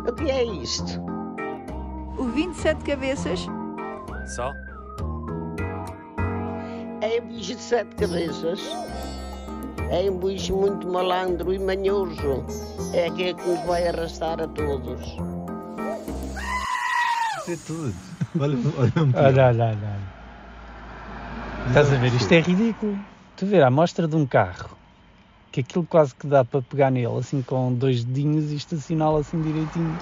O que é isto? O 27 cabeças? Só? É um bicho de 7 cabeças. É um bicho muito malandro e manhoso. É aquele que nos vai arrastar a todos. Isso é tudo. Olha. Estás a ver? Isto é ridículo. Tu ver a amostra de um carro, que aquilo quase que dá para pegar nele, assim com 2 dedinhos e estacioná-lo assim direitinho.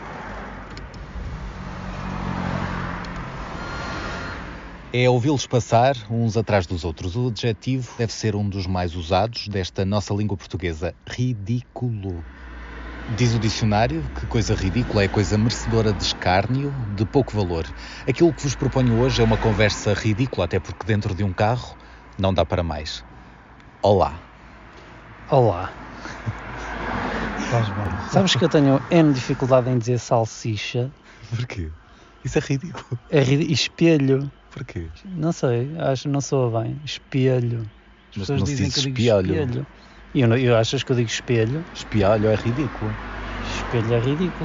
É ouvi-los passar uns atrás dos outros. O adjetivo deve ser um dos mais usados desta nossa língua portuguesa. Ridículo. Diz o dicionário que coisa ridícula é coisa merecedora de escárnio, de pouco valor. Aquilo que vos proponho hoje é uma conversa ridícula, até porque dentro de um carro não dá para mais. Olá. Estás bem. Sabes que eu tenho N dificuldade em dizer salsicha? Porquê? Isso é ridículo. Espelho. Porquê? Não sei, acho que não soa bem. Espelho. As Mas pessoas não se dizem diz que eu digo espiolho. espelho. E eu achas que eu digo espelho? Espialho é ridículo. Espelho é ridículo.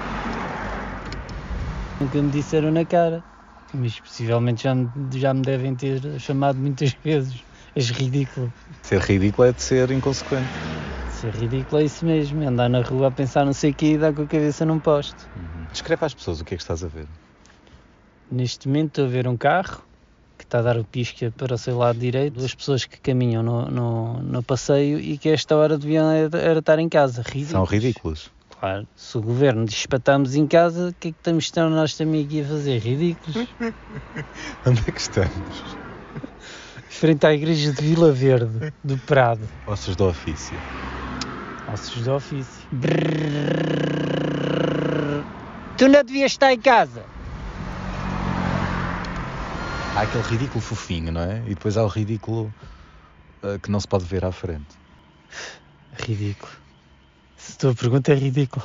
Nunca me disseram na cara. Mas possivelmente já me devem ter chamado muitas vezes. És ridículo. Ser ridículo é de ser inconsequente. Ser ridículo é isso mesmo. Andar na rua a pensar não sei o que e dar com a cabeça num poste. Descreve às pessoas o que é que estás a ver. Neste momento estou a ver um carro que está a dar o pisca para o seu lado direito, 2 pessoas que caminham no passeio e que a esta hora deviam era estar em casa. Ridículos. São ridículos. Claro, se o governo diz para estarmos em casa, o que é que nós também aqui a fazer? Ridículos. Onde é que estamos? Frente à igreja de Vila Verde, do Prado. Ossos do ofício. Ossos do ofício. Tu não devias estar em casa. Há aquele ridículo fofinho, não é? E depois há o ridículo que não se pode ver à frente. Ridículo. Se a tua pergunta é ridícula.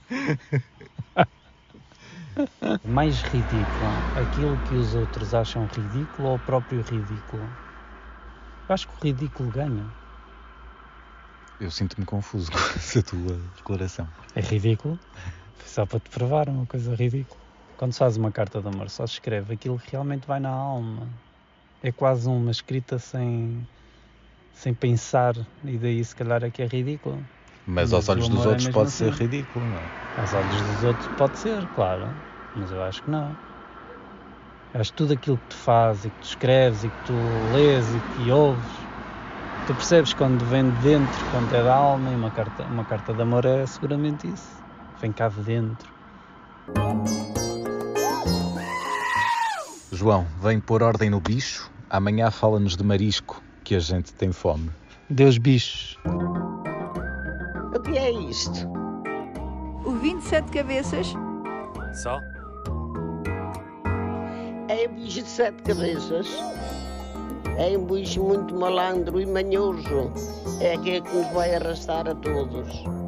Mais ridículo, aquilo que os outros acham ridículo ou o próprio ridículo? Eu acho que o ridículo ganha. Eu sinto-me confuso com essa tua declaração. É ridículo? Foi só para te provar uma coisa ridícula. Quando se faz uma carta de amor, só se escreve aquilo que realmente vai na alma. É quase uma escrita sem pensar, e daí se calhar é que é ridículo. Mas aos olhos dos outros pode ser ridículo, não é? Aos olhos dos outros pode ser, claro. Mas eu acho que não. Eu acho que tudo aquilo que tu fazes, e que tu escreves, e que tu lês, e que ouves, tu percebes quando vem de dentro, quando é da alma, e uma carta de amor é seguramente isso. Vem cá de dentro. João, vem pôr ordem no bicho. Amanhã fala-nos de marisco, que a gente tem fome. Deus bichos. O que é isto? O 27 cabeças? Só? É um bicho de 7 cabeças. É um bicho muito malandro e manhoso. É aquele que nos vai arrastar a todos.